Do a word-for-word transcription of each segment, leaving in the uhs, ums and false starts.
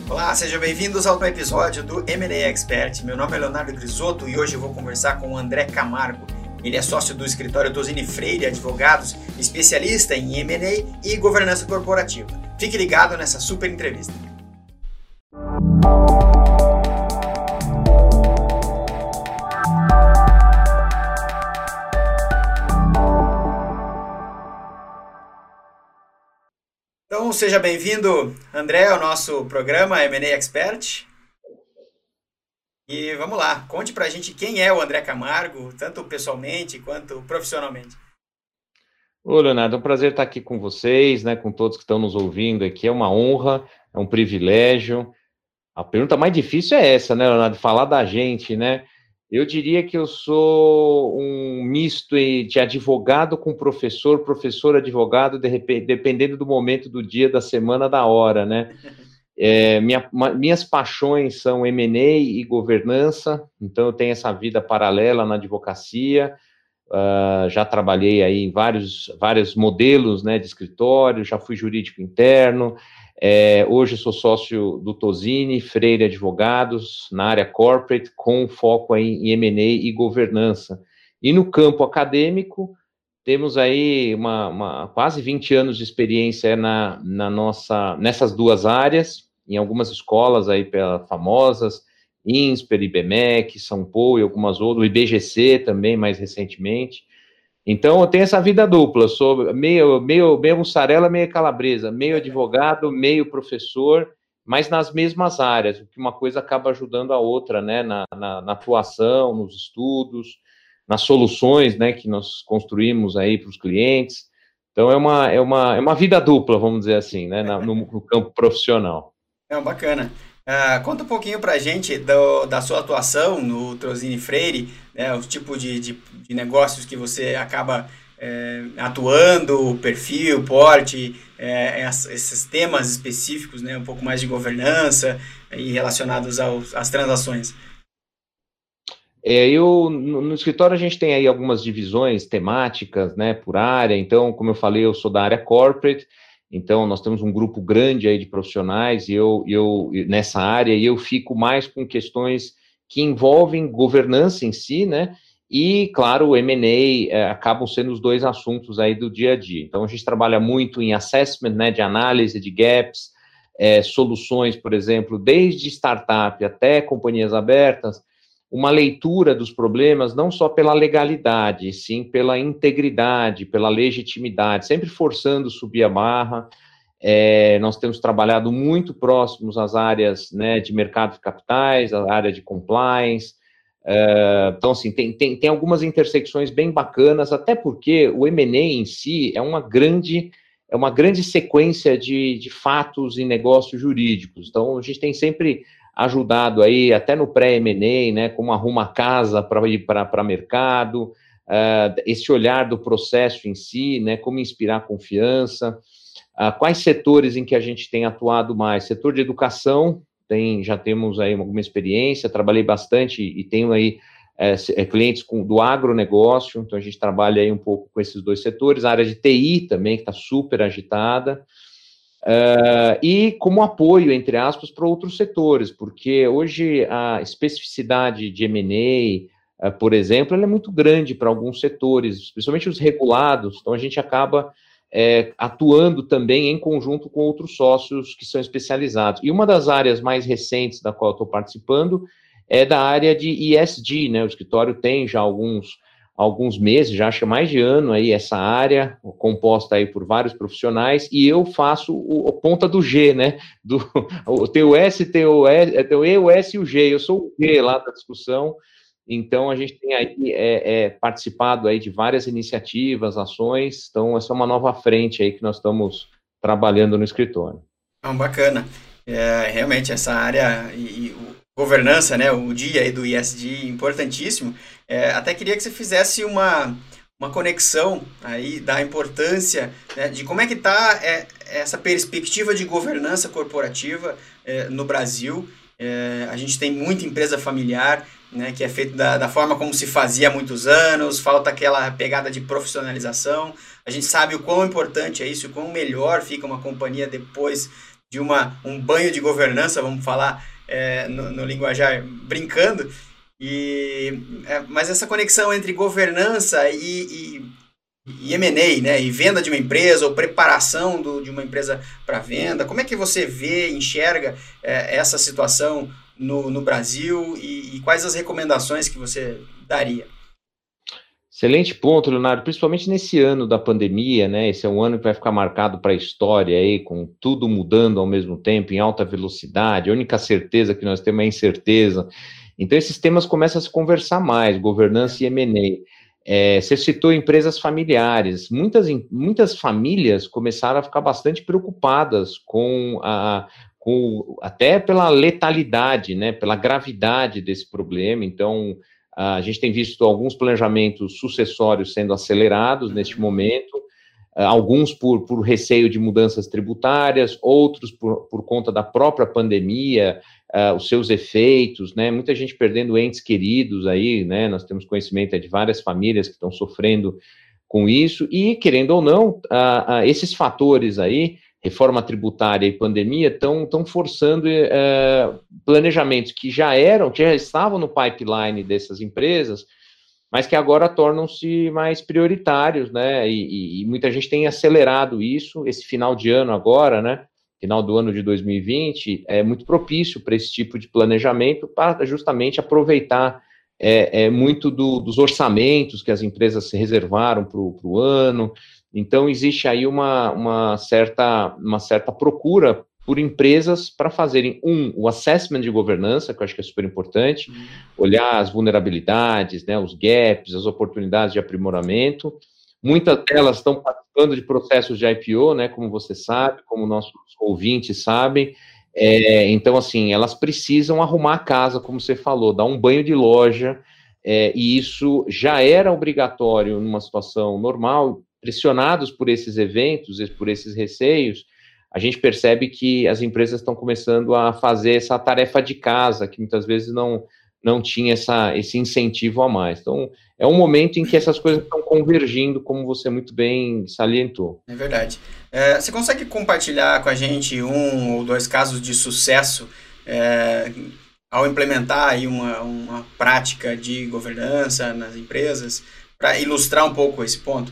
Olá, sejam bem-vindos ao episódio do M and A Expert. Meu nome é Leonardo Grisotto e hoje eu vou conversar com o André Camargo. Ele é sócio do escritório Tosini Freire Advogados, especialista em M and A e governança corporativa. Fique ligado nessa super entrevista. Então, seja bem-vindo, André, ao nosso programa M and A Expert. E vamos lá, conte pra gente quem é o André Camargo, tanto pessoalmente quanto profissionalmente. Ô, Leonardo, é um prazer estar aqui com vocês, né, com todos que estão nos ouvindo aqui, é uma honra, é um privilégio. A pergunta mais difícil é essa, né, Leonardo, falar da gente, né? Eu diria que eu sou um misto de advogado com professor, professor, advogado, de repente, dependendo do momento do dia, da semana, da hora, né? É, minha, ma, minhas paixões são M and A e governança, então eu tenho essa vida paralela na advocacia, uh, já trabalhei aí em vários, vários modelos, né, de escritório, já fui jurídico interno, é, hoje sou sócio do Tosini Freire Advogados, na área corporate, com foco aí em M and A e governança. E no campo acadêmico, temos aí uma, uma, quase vinte anos de experiência na, na nossa, nessas duas áreas, em algumas escolas aí pela, famosas, INSPER, IBMEC, São Paulo e algumas outras, o I B G C também, mais recentemente. Então, eu tenho essa vida dupla, sou meio, meio, meio mussarela, meio calabresa, meio advogado, meio professor, mas nas mesmas áreas, porque uma coisa acaba ajudando a outra, né, na, na, na atuação, nos estudos, nas soluções, né, que nós construímos aí para os clientes. Então, é uma, é, uma, é uma vida dupla, vamos dizer assim, né, na, no, no campo profissional. É, bacana. Uh, conta um pouquinho para a gente do, da sua atuação no Tosini Freire, né, o tipo de, de, de negócios que você acaba é, atuando, perfil, porte, é, esses temas específicos, né, um pouco mais de governança e relacionados aos, às transações. É, eu, no, no escritório a gente tem aí algumas divisões temáticas, né, por área. Então, como eu falei, eu sou da área corporate, então nós temos um grupo grande aí de profissionais e eu, eu nessa área, e eu fico mais com questões que envolvem governança em si, né, e, claro, o M and A é, acabam sendo os dois assuntos aí do dia a dia. Então, a gente trabalha muito em assessment, né, de análise de gaps, é, soluções, por exemplo, desde startup até companhias abertas, uma leitura dos problemas não só pela legalidade, sim pela integridade, pela legitimidade, sempre forçando subir a barra. É, nós temos trabalhado muito próximos às áreas, né, de mercado de capitais, a área de compliance. É, então, assim, tem, tem, tem algumas intersecções bem bacanas, até porque o M and A em si é uma grande, é uma grande sequência de, de fatos e negócios jurídicos. Então, a gente tem sempre ajudado aí, até no pré-M and A, né, como arruma a casa para ir para mercado, uh, esse olhar do processo em si, né, como inspirar confiança, uh, quais setores em que a gente tem atuado mais. Setor de educação, tem, já temos aí alguma experiência, trabalhei bastante e tenho aí é, clientes com, do agronegócio, então a gente trabalha aí um pouco com esses dois setores, a área de T I também, que está super agitada, Uh, e como apoio, entre aspas, para outros setores, porque hoje a especificidade de M and A, uh, por exemplo, ela é muito grande para alguns setores, principalmente os regulados, então a gente acaba é, atuando também em conjunto com outros sócios que são especializados. E uma das áreas mais recentes da qual eu estou participando é da área de E S G, né? O escritório tem já alguns alguns meses, já acho que mais de ano aí essa área, composta aí por vários profissionais, e eu faço o, o ponta do G, né, do, o, tem o S, tem o, S, tem o E, o S e o G, eu sou o G lá da discussão, então a gente tem aí é, é, participado aí de várias iniciativas, ações, então essa é uma nova frente aí que nós estamos trabalhando no escritório. Ah, bacana, é, realmente essa área e, e o governança, né, o dia aí do E S G, importantíssimo. É, até queria que você fizesse uma, uma conexão aí da importância, né, de como é que está é, essa perspectiva de governança corporativa é, no Brasil. É, a gente tem muita empresa familiar, né, que é feita da, da forma como se fazia há muitos anos, falta aquela pegada de profissionalização. A gente sabe o quão importante é isso, o quão melhor fica uma companhia depois de uma, um banho de governança, vamos falar é, no, no linguajar brincando, e, é, mas essa conexão entre governança e, e, e M and A, né, e venda de uma empresa, ou preparação do, de uma empresa para venda, como é que você vê, enxerga é, essa situação no, no Brasil e, e quais as recomendações que você daria? Excelente ponto, Leonardo, principalmente nesse ano da pandemia, né? Esse é um ano que vai ficar marcado para a história aí, com tudo mudando ao mesmo tempo, em alta velocidade. A única certeza que nós temos é a incerteza. Então, esses temas começam a se conversar mais, governança e M and A. É, você citou empresas familiares. Muitas, muitas famílias começaram a ficar bastante preocupadas com a, com, até pela letalidade, né? Pela gravidade desse problema. Então, a gente tem visto alguns planejamentos sucessórios sendo acelerados neste momento, alguns por, por receio de mudanças tributárias, outros por, por conta da própria pandemia, uh, os seus efeitos, né? Muita gente perdendo entes queridos aí, né? Nós temos conhecimento de várias famílias que estão sofrendo com isso, e, querendo ou não, uh, uh, esses fatores aí, reforma tributária e pandemia, estão forçando uh, planejamentos que já eram, que já estavam no pipeline dessas empresas, mas que agora tornam-se mais prioritários, né, e, e muita gente tem acelerado isso. Esse final de ano agora, né, final do ano de dois mil e vinte, é muito propício para esse tipo de planejamento, para justamente aproveitar é, é, muito do, dos orçamentos que as empresas se reservaram para o ano. Então, existe aí uma, uma, certa, uma certa procura por empresas para fazerem, um, o assessment de governança, que eu acho que é super importante, uhum. olhar as vulnerabilidades, né, os gaps, as oportunidades de aprimoramento. Muitas delas estão participando de processos de I P O, né, como você sabe, como nossos ouvintes sabem. É, então, assim, elas precisam arrumar a casa, como você falou, dar um banho de loja, é, e isso já era obrigatório numa situação normal. Pressionados por esses eventos, por esses receios, a gente percebe que as empresas estão começando a fazer essa tarefa de casa, que muitas vezes não, não tinha essa, esse incentivo a mais. Então, é um momento em que essas coisas estão convergindo, como você muito bem salientou. É verdade. É, você consegue compartilhar com a gente um ou dois casos de sucesso é, ao implementar aí uma, uma prática de governança nas empresas, para ilustrar um pouco esse ponto?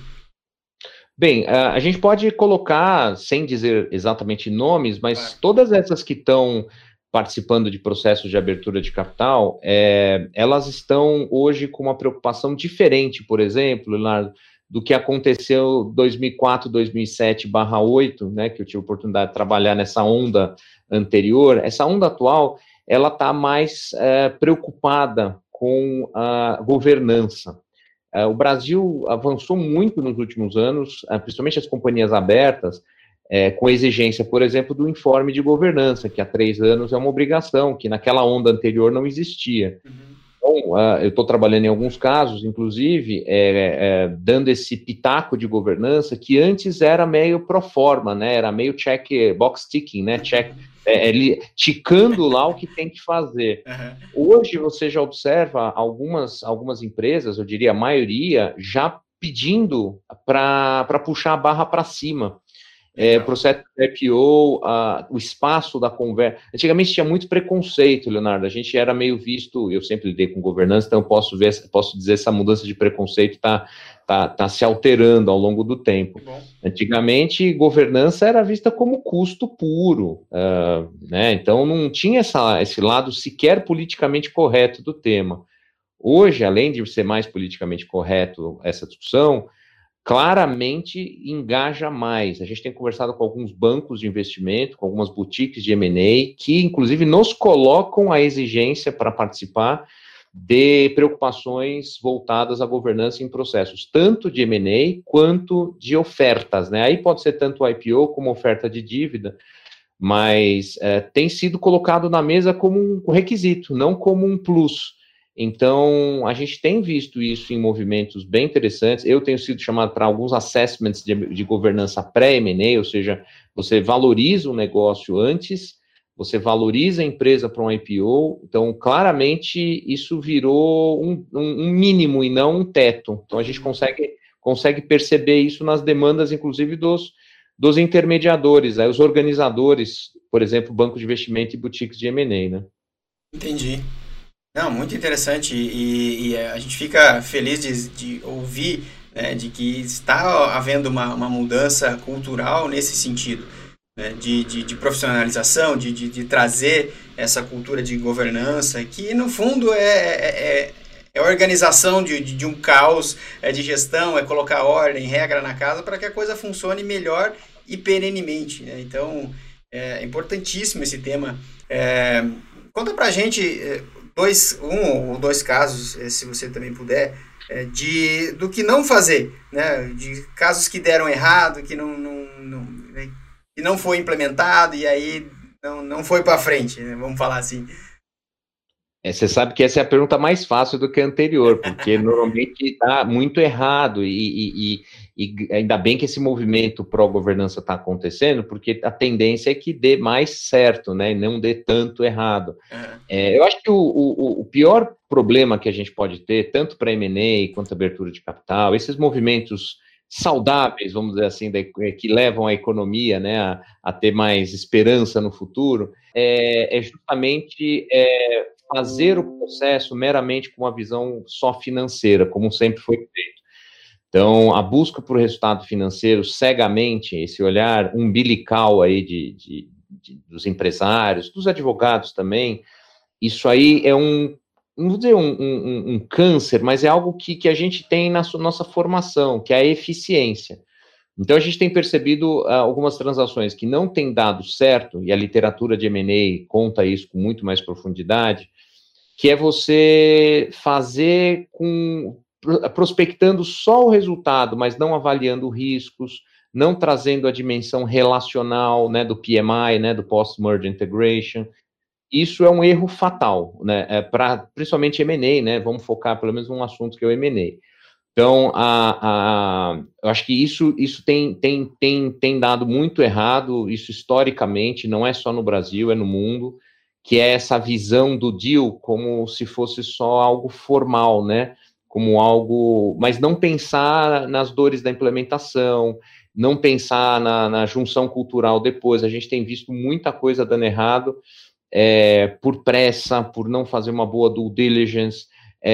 Bem, a gente pode colocar, sem dizer exatamente nomes, mas claro, todas essas que estão participando de processos de abertura de capital, é, elas estão hoje com uma preocupação diferente, por exemplo, Leonardo, do que aconteceu em dois mil e quatro, dois mil e sete barra oito, né, que eu tive a oportunidade de trabalhar nessa onda anterior. Essa onda atual, ela está mais é, preocupada com a governança. O Brasil avançou muito nos últimos anos, principalmente as companhias abertas, é, com a exigência, por exemplo, do informe de governança, que há três anos é uma obrigação, que naquela onda anterior não existia. Uhum. Então, uh, eu estou trabalhando em alguns casos, inclusive, é, é, dando esse pitaco de governança, que antes era meio pro forma, né? Era meio check, box ticking, né? Check, é, é, ticando lá o que tem que fazer. Uhum. Hoje você já observa algumas, algumas empresas, eu diria a maioria, já pedindo para puxar a barra para cima. É, processo de I P O, a, o espaço da conversa. Antigamente tinha muito preconceito, Leonardo. A gente era meio visto, eu sempre lidei com governança, então eu posso ver, posso dizer essa mudança de preconceito está tá, tá se alterando ao longo do tempo. Antigamente, governança era vista como custo puro, uh, né? Então não tinha essa, esse lado sequer politicamente correto do tema. Hoje, além de ser mais politicamente correto essa discussão, claramente engaja mais. A gente tem conversado com alguns bancos de investimento, com algumas boutiques de M and A, que inclusive nos colocam a exigência para participar de preocupações voltadas à governança em processos, tanto de M and A quanto de ofertas, né? Aí pode ser tanto I P O como oferta de dívida, mas é, tem sido colocado na mesa como um requisito, não como um plus. Então, a gente tem visto isso em movimentos bem interessantes. Eu tenho sido chamado para alguns assessments de, de governança pré-M and A, ou seja, você valoriza o negócio antes, você valoriza a empresa para um I P O. Então, claramente, isso virou um, um, um mínimo e não um teto. Então, a gente consegue, consegue perceber isso nas demandas, inclusive, dos, dos intermediadores, aí, os organizadores, por exemplo, banco de investimento e boutiques de M and A, né? Entendi. Não, muito interessante e, e a gente fica feliz de, de ouvir, né, de que está havendo uma, uma mudança cultural nesse sentido, né, de, de, de profissionalização, de, de, de trazer essa cultura de governança, que no fundo é, é, é é organização de, de, de um caos, é de gestão, é colocar ordem, regra na casa para que a coisa funcione melhor e perenemente, né? Então, é importantíssimo esse tema. É, conta pra gente dois, um ou dois casos, se você também puder, de, do que não fazer, né? De casos que deram errado, que não, não, não, que não foi implementado e aí não, não foi para frente, né? Vamos falar assim. É, você sabe que essa é a pergunta mais fácil do que a anterior, porque normalmente está muito errado, e, e, e ainda bem que esse movimento pró-governança está acontecendo, porque a tendência é que dê mais certo, né, e não dê tanto errado. Uhum. É, eu acho que o, o, o pior problema que a gente pode ter, tanto para M and A quanto abertura de capital, esses movimentos saudáveis, vamos dizer assim, que levam a economia, né, a, a ter mais esperança no futuro, é, é justamente... É, fazer o processo meramente com uma visão só financeira, como sempre foi feito. Então, a busca por resultado financeiro cegamente, esse olhar umbilical aí de, de, de, dos empresários, dos advogados também, isso aí é um, não vou dizer um, um, um câncer, mas é algo que, que a gente tem na nossa formação, que é a eficiência. Então, a gente tem percebido uh, algumas transações que não têm dado certo, e a literatura de M and A conta isso com muito mais profundidade, que é você fazer com, prospectando só o resultado, mas não avaliando riscos, não trazendo a dimensão relacional, né, do P M I, né, do Post-Merge Integration. Isso é um erro fatal, né, é pra, principalmente M and A, né, vamos focar pelo menos num assunto que é o M and A. Então, a, a, eu acho que isso, isso tem, tem, tem, tem dado muito errado, isso historicamente, não é só no Brasil, é no mundo, que é essa visão do deal como se fosse só algo formal, né? Como algo... Mas não pensar nas dores da implementação, não pensar na, na junção cultural depois. A gente tem visto muita coisa dando errado é, por pressa, por não fazer uma boa due diligence,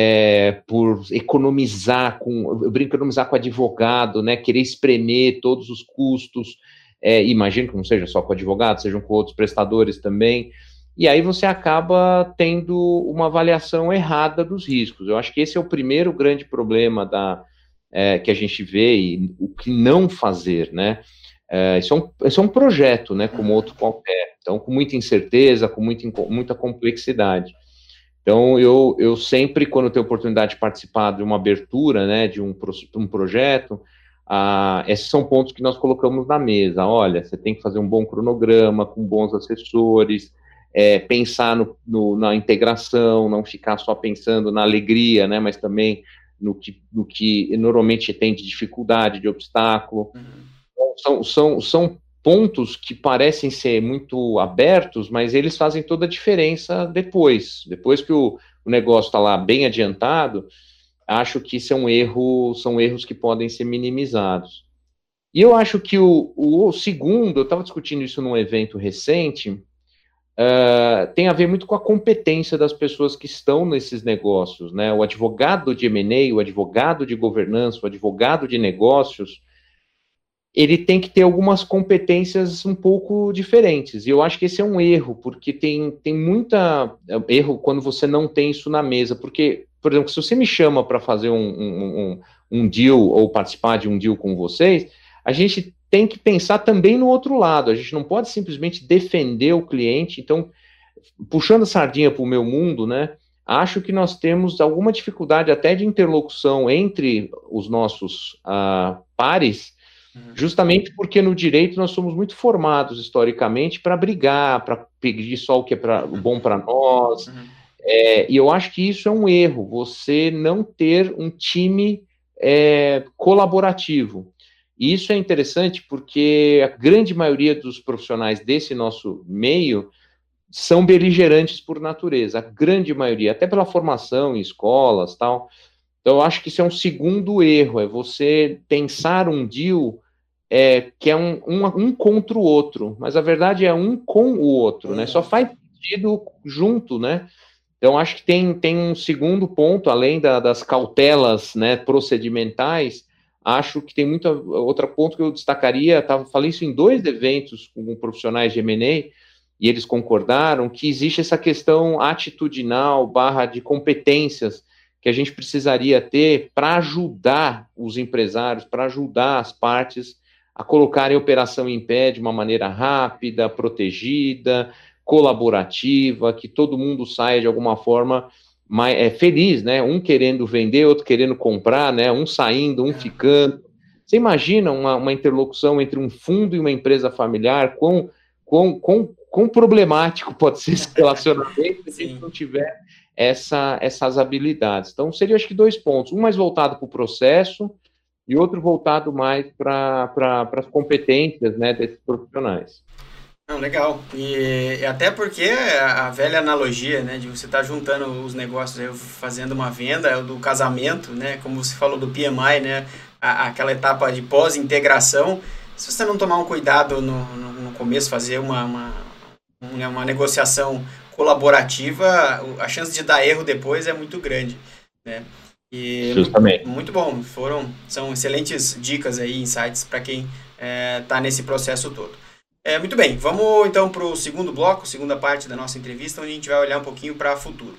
É, por economizar com, eu brinco, economizar com advogado, né, querer espremer todos os custos, é, imagino que não seja só com advogado, sejam com outros prestadores também, e aí você acaba tendo uma avaliação errada dos riscos. Eu acho que esse é o primeiro grande problema da, é, que a gente vê, e o que não fazer, né, é, isso, é um, isso é um projeto, né, como outro qualquer, então com muita incerteza, com muita, muita complexidade. Então, eu, eu sempre, quando tenho oportunidade de participar de uma abertura, né, de um, um projeto, ah, esses são pontos que nós colocamos na mesa. Olha, você tem que fazer um bom cronograma, com bons assessores, é, pensar no, no, na integração, não ficar só pensando na alegria, né, mas também no que, no que normalmente tem de dificuldade, de obstáculo. Uhum. Então, são, são, são pontos que parecem ser muito abertos, mas eles fazem toda a diferença depois. Depois que o, o negócio está lá bem adiantado, acho que isso é um erro, são erros que podem ser minimizados. E eu acho que o, o, o segundo, eu estava discutindo isso num evento recente, uh, tem a ver muito com a competência das pessoas que estão nesses negócios, né? O advogado de M and A, o advogado de governança, o advogado de negócios, ele tem que ter algumas competências um pouco diferentes, e eu acho que esse é um erro, porque tem, tem muita erro quando você não tem isso na mesa, porque, por exemplo, se você me chama para fazer um, um, um, um deal, ou participar de um deal com vocês, a gente tem que pensar também no outro lado, a gente não pode simplesmente defender o cliente. Então, puxando a sardinha para o meu mundo, né, acho que nós temos alguma dificuldade até de interlocução entre os nossos uh, pares, justamente porque no direito nós somos muito formados historicamente para brigar, para pedir só o que é pra, o bom para nós, uhum. é, e eu acho que isso é um erro, você não ter um time é, colaborativo. E isso é interessante porque a grande maioria dos profissionais desse nosso meio são beligerantes por natureza, a grande maioria, até pela formação em escolas, tal. Então eu acho que isso é um segundo erro, é você pensar um deal é, que é um, um, um contra o outro, mas a verdade é um com o outro, né? Só faz sentido junto, né? Então, acho que tem, tem um segundo ponto, além da, das cautelas, né, procedimentais, acho que tem muita outro ponto que eu destacaria, tava, falei isso em dois eventos com profissionais de M and A, e eles concordaram que existe essa questão atitudinal, barra de competências, que a gente precisaria ter para ajudar os empresários, para ajudar as partes a colocarem a operação em pé de uma maneira rápida, protegida, colaborativa, que todo mundo saia de alguma forma mais, é, feliz, né? Um querendo vender, outro querendo comprar, né? Um saindo, um ficando. Você imagina uma, uma interlocução entre um fundo e uma empresa familiar, quão, quão, quão, quão problemático pode ser esse relacionamento se a gente não tiver essa, essas habilidades. Então, seria, acho que, dois pontos. Um mais voltado para o processo e outro voltado mais para pra, as competências, né, desses profissionais. Não, legal. E, e até porque a velha analogia, né, de você estar juntando os negócios, aí, fazendo uma venda do casamento, né, como você falou do P M I, né, a, aquela etapa de pós-integração, se você não tomar um cuidado no, no, no começo, fazer uma, uma, uma, uma negociação colaborativa, a chance de dar erro depois é muito grande, né? E Justamente. Muito, muito bom, foram, são excelentes dicas aí, insights para quem está nesse processo todo. É, muito bem, vamos então para o segundo bloco, segunda parte da nossa entrevista, onde a gente vai olhar um pouquinho para o futuro.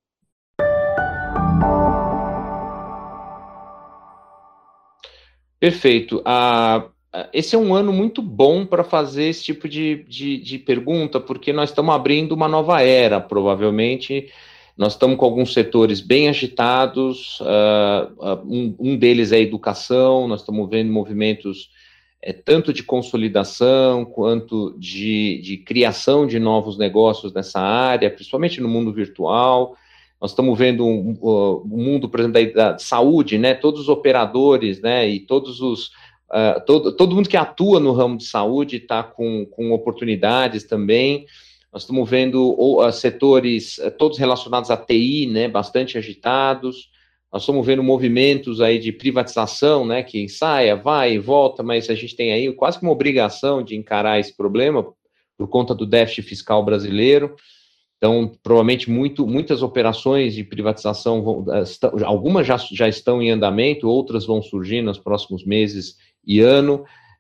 Perfeito. Ah, esse é um ano muito bom para fazer esse tipo de, de, de pergunta, porque nós estamos abrindo uma nova era, provavelmente. Nós estamos com alguns setores bem agitados, uh, uh, um, um deles é a educação, nós estamos vendo movimentos é, tanto de consolidação quanto de, de criação de novos negócios nessa área, principalmente no mundo virtual. Nós estamos vendo um, um, um mundo, por exemplo, da, da saúde, né? Todos os operadores, né? E todos os uh, todo, todo mundo que atua no ramo de saúde está com, com oportunidades também. Nós estamos vendo uh, setores uh, todos relacionados à T I, né? Bastante agitados. Nós estamos vendo movimentos aí de privatização, né? Que saia, vai e volta, mas a gente tem aí quase que uma obrigação de encarar esse problema por conta do déficit fiscal brasileiro. Então, provavelmente, muito, muitas operações de privatização, vão, algumas já, já estão em andamento, outras vão surgir nos próximos meses e ano.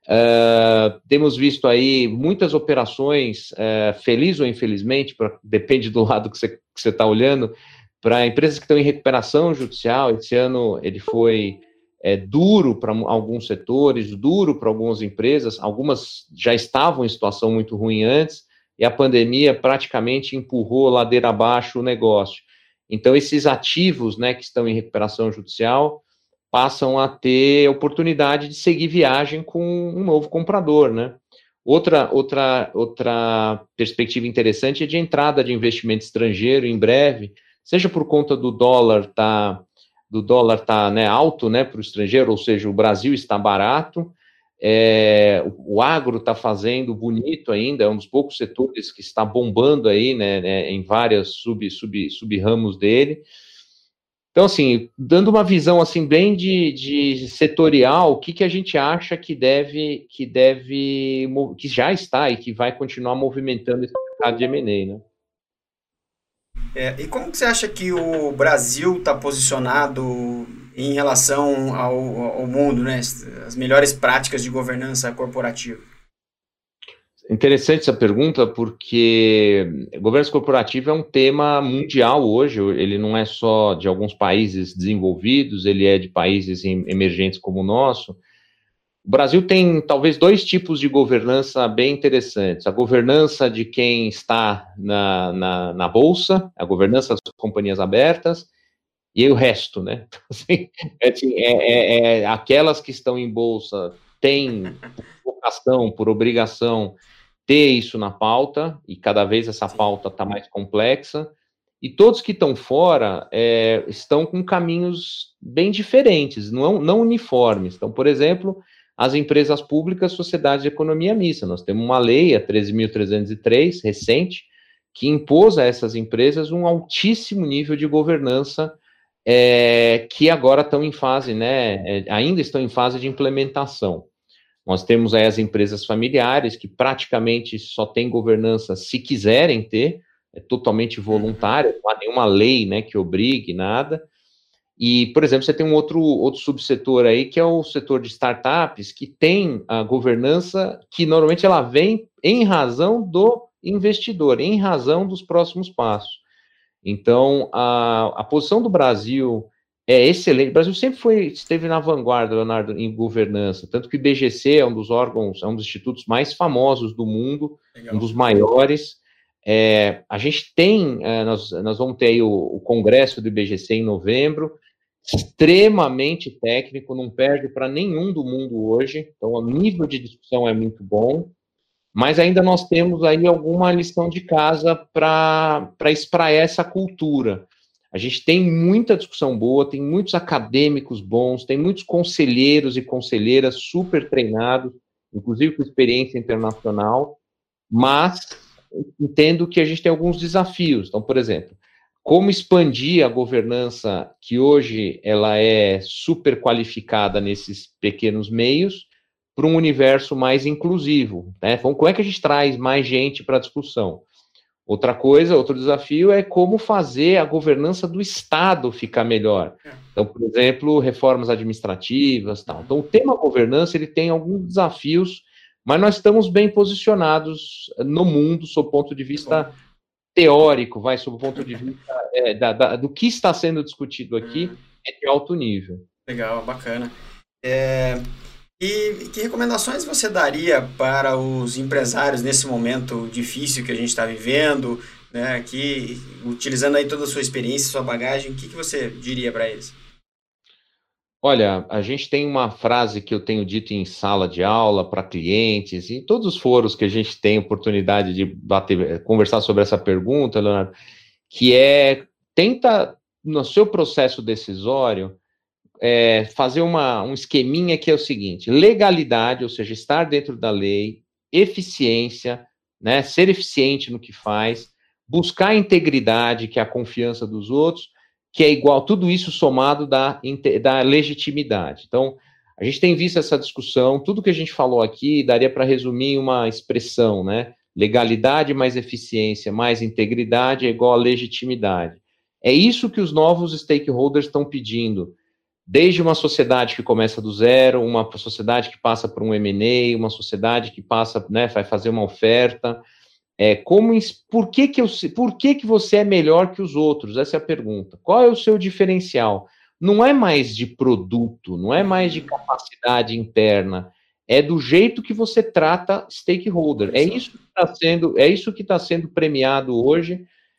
Uh, temos visto aí muitas operações, uh, feliz ou infelizmente, pra, depende do lado que você está olhando, para empresas que estão em recuperação judicial. Esse ano ele foi é, duro para alguns setores, duro para algumas empresas, algumas já estavam em situação muito ruim antes, e a pandemia praticamente empurrou ladeira abaixo o negócio. Então, esses ativos, né, que estão em recuperação judicial passam a ter oportunidade de seguir viagem com um novo comprador, né? Outra, outra, outra perspectiva interessante é de entrada de investimento estrangeiro em breve, seja por conta do dólar tá, do dólar tá, né, alto, né, para o estrangeiro, ou seja, o Brasil está barato. É, o agro está fazendo bonito ainda, é um dos poucos setores que está bombando aí, né, né, em várias sub, sub, sub-ramos dele. Então, assim, dando uma visão assim bem de, de setorial, o que, que a gente acha que deve, que deve, que já está e que vai continuar movimentando esse mercado de M and A, né? É, e como que você acha que o Brasil está posicionado em relação ao, ao mundo, né? As melhores práticas de governança corporativa? Interessante essa pergunta, porque governança corporativa é um tema mundial hoje, ele não é só de alguns países desenvolvidos, ele é de países emergentes como o nosso. O Brasil tem talvez dois tipos de governança bem interessantes. A governança de quem está na, na, na Bolsa, a governança das companhias abertas, e o resto, né? Assim, é, é, é, aquelas que estão em Bolsa têm por vocação, por obrigação, ter isso na pauta, e cada vez essa pauta está mais complexa, e todos que estão fora é, estão com caminhos bem diferentes, não, não uniformes. Então, por exemplo, as empresas públicas, sociedades de economia mista. Nós temos uma lei, a treze mil trezentos e três, recente, que impôs a essas empresas um altíssimo nível de governança, é, que agora estão em fase, né, é, ainda estão em fase de implementação. Nós temos aí as empresas familiares, que praticamente só têm governança se quiserem ter, é totalmente voluntária, não há nenhuma lei, né, que obrigue nada. E, por exemplo, você tem um outro, outro subsetor aí, que é o setor de startups, que tem a governança que normalmente ela vem em razão do investidor, em razão dos próximos passos. Então, a, a posição do Brasil é excelente. O Brasil sempre foi, esteve na vanguarda, Leonardo, em governança, tanto que o I B G C é um dos órgãos, é um dos institutos mais famosos do mundo, Legal. Um dos maiores. É, a gente tem, é, nós, nós vamos ter aí o, o congresso do I B G C em novembro, extremamente técnico, não perde para nenhum do mundo hoje, então o nível de discussão é muito bom, mas ainda nós temos aí alguma lição de casa para espraiar essa cultura. A gente tem muita discussão boa, tem muitos acadêmicos bons, tem muitos conselheiros e conselheiras super treinados, inclusive com experiência internacional, mas entendo que a gente tem alguns desafios. Então, por exemplo, como expandir a governança que hoje ela é super qualificada nesses pequenos meios para um universo mais inclusivo, né? Então, como é que a gente traz mais gente para a discussão? Outra coisa, outro desafio é como fazer a governança do Estado ficar melhor. Então, por exemplo, reformas administrativas, tal. Então, o tema governança ele tem alguns desafios, mas nós estamos bem posicionados no mundo, sob o ponto de vista teórico, vai, sob o ponto de vista é, da, da, do que está sendo discutido aqui, é de alto nível. Legal, bacana. É, e que recomendações você daria para os empresários nesse momento difícil que a gente está vivendo, né, que, utilizando aí toda a sua experiência, sua bagagem, o que, que você diria para eles? Olha, a gente tem uma frase que eu tenho dito em sala de aula para clientes, em todos os foros que a gente tem oportunidade de bater, conversar sobre essa pergunta, Leonardo, que é, tenta, no seu processo decisório, é, fazer uma, um esqueminha que é o seguinte: legalidade, ou seja, estar dentro da lei, eficiência, né, ser eficiente no que faz, buscar integridade, que é a confiança dos outros, que é igual, tudo isso somado da, da legitimidade. Então, a gente tem visto essa discussão, tudo que a gente falou aqui daria para resumir em uma expressão, né? Legalidade mais eficiência mais integridade é igual a legitimidade. É isso que os novos stakeholders estão pedindo, desde uma sociedade que começa do zero, uma sociedade que passa por um M and A, uma sociedade que passa, né, vai fazer uma oferta. É, como, por que que, eu, por que que você é melhor que os outros? Essa é a pergunta. Qual é o seu diferencial? Não é mais de produto, não é mais de capacidade interna, é do jeito que você trata stakeholder. É isso que está sendo, é isso que está sendo premiado hoje.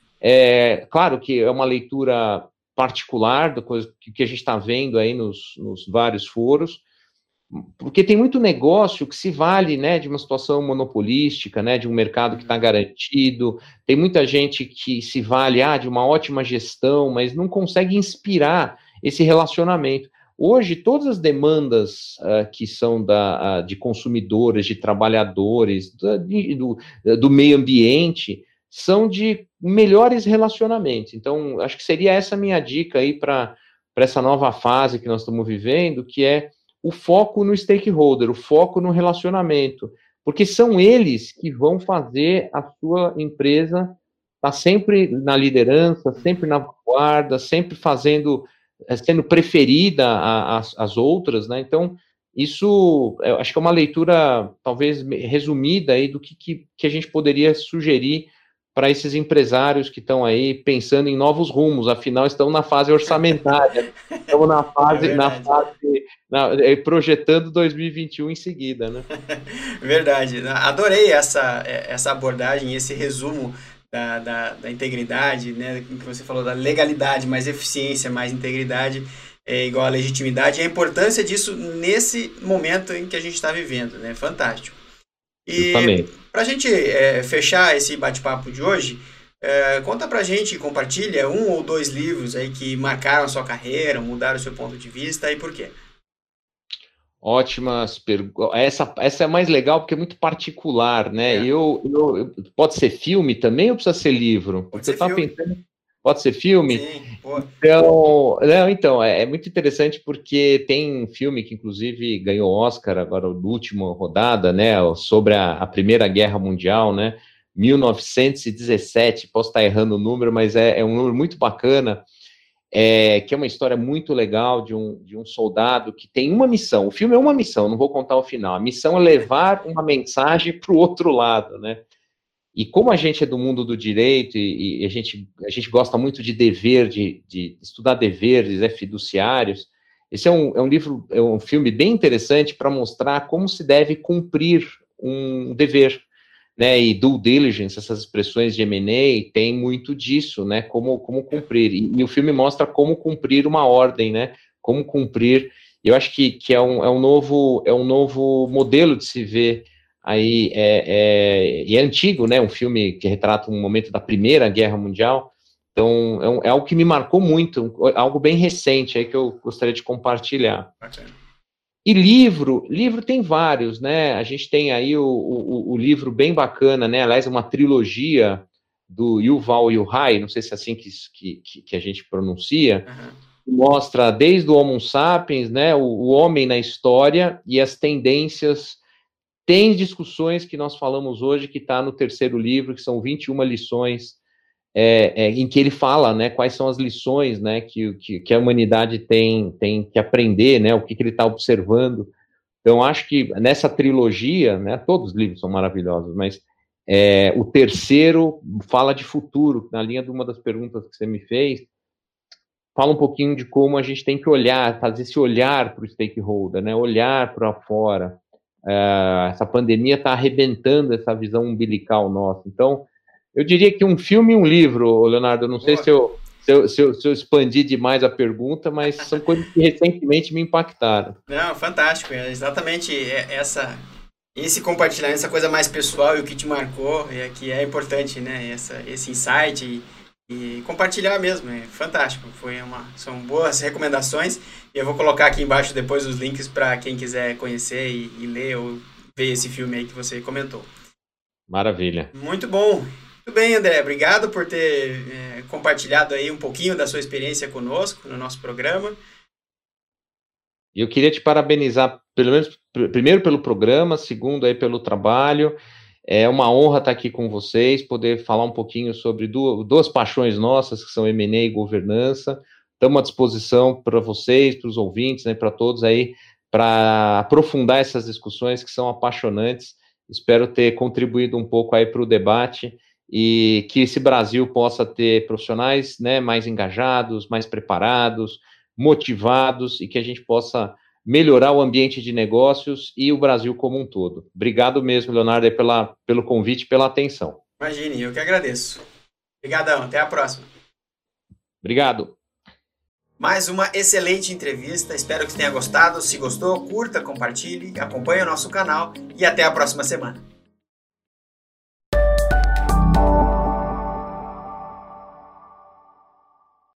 É, claro que é uma leitura particular da coisa que a gente está vendo aí nos, nos vários foros, porque tem muito negócio que se vale, né, de uma situação monopolística, né, de um mercado que está garantido, tem muita gente que se vale ah, de uma ótima gestão, mas não consegue inspirar esse relacionamento. Hoje, todas as demandas uh, que são da, uh, de consumidores, de trabalhadores, do, de, do, do meio ambiente, são de melhores relacionamentos. Então, acho que seria essa a minha dica aí para essa nova fase que nós estamos vivendo, que é o foco no stakeholder, o foco no relacionamento, porque são eles que vão fazer a sua empresa estar tá sempre na liderança, sempre na vanguarda, sempre fazendo, sendo preferida às outras, né? Então, isso, eu acho que é uma leitura, talvez, resumida aí do que, que, que a gente poderia sugerir para esses empresários que estão aí pensando em novos rumos, afinal estão na fase orçamentária, estamos na fase, é na fase na, projetando dois mil e vinte e um em seguida, né? Verdade, adorei essa, essa abordagem, esse resumo da, da, da integridade, né, que você falou da legalidade, mais eficiência, mais integridade, é igual a legitimidade, e a importância disso nesse momento em que a gente está vivendo, né? Fantástico. E para a gente é, fechar esse bate-papo de hoje, é, conta para a gente, compartilha um ou dois livros aí que marcaram a sua carreira, mudaram o seu ponto de vista e por quê? Ótimas perguntas. Essa, essa é mais legal porque é muito particular, né? É. Eu, eu, pode ser filme também ou precisa ser livro? Pode ser eu tava filme. Pensando... Pode ser filme? Sim, pô. Então, não, então é, é muito interessante porque tem um filme que, inclusive, ganhou Oscar agora, na última rodada, né? Sobre a, a Primeira Guerra Mundial, né? mil novecentos e dezessete, posso estar errando o número, mas é, é um número muito bacana, é, que é uma história muito legal de um, de um soldado que tem uma missão. O filme é uma missão, não vou contar o final. A missão é levar uma mensagem para o outro lado, né? E como a gente é do mundo do direito e, e a, gente, a gente gosta muito de dever, de, de estudar deveres, é, fiduciários, esse é um, é um livro, é um filme bem interessante para mostrar como se deve cumprir um dever, né? E due diligence, essas expressões de M and A, tem muito disso, né? Como, como cumprir. E, e o filme mostra como cumprir uma ordem, né? Como cumprir. Eu acho que, que é, um, é, um novo, é um novo modelo de se ver. Aí é, é, e é antigo, né? Um filme que retrata um momento da Primeira Guerra Mundial. Então, é, um, é algo que me marcou muito, algo bem recente aí que eu gostaria de compartilhar. Bacana. E livro, livro tem vários, né? A gente tem aí o, o, o livro bem bacana, né? Aliás, uma trilogia do Yuval Harari, não sei se é assim que, que, que a gente pronuncia, uhum. Mostra desde o Homo sapiens, né? O, o homem na história e as tendências. Tem discussões que nós falamos hoje que está no terceiro livro, que são vinte e uma lições, é, é, em que ele fala, né, quais são as lições, né, que, que, que a humanidade tem, tem que aprender, né, o que, que ele está observando. Então, acho que nessa trilogia, né, todos os livros são maravilhosos, mas é, o terceiro fala de futuro, na linha de uma das perguntas que você me fez, fala um pouquinho de como a gente tem que olhar, fazer esse olhar para o stakeholder, né, olhar para fora. Uh, essa pandemia está arrebentando essa visão umbilical nossa. Então, eu diria que um filme e um livro, Leonardo, eu não Boa. sei se eu, se, eu, se, eu, se eu expandi demais a pergunta, mas são coisas que recentemente me impactaram. Não, fantástico, é exatamente essa, esse compartilhar, essa coisa mais pessoal e o que te marcou, é que é importante, né, essa, esse insight e, e compartilhar mesmo, é fantástico, foi uma, são boas recomendações. Eu vou colocar aqui embaixo depois os links para quem quiser conhecer e, e ler ou ver esse filme aí que você comentou. Maravilha. Muito bom. Muito bem, André. Obrigado por ter é, compartilhado aí um pouquinho da sua experiência conosco no nosso programa. Eu queria te parabenizar, pelo menos, primeiro pelo programa, segundo aí pelo trabalho. É uma honra estar aqui com vocês, poder falar um pouquinho sobre duas, duas paixões nossas, que são M and A e governança. Estamos à disposição para vocês, para os ouvintes, né, para todos aí, para aprofundar essas discussões que são apaixonantes. Espero ter contribuído um pouco aí para o debate e que esse Brasil possa ter profissionais, né, mais engajados, mais preparados, motivados e que a gente possa melhorar o ambiente de negócios e o Brasil como um todo. Obrigado mesmo, Leonardo, pela, pelo convite e pela atenção. Imagine, eu que agradeço. Obrigadão, até a próxima. Obrigado. Mais uma excelente entrevista, espero que você tenha gostado. Se gostou, curta, compartilhe, acompanhe o nosso canal e até a próxima semana.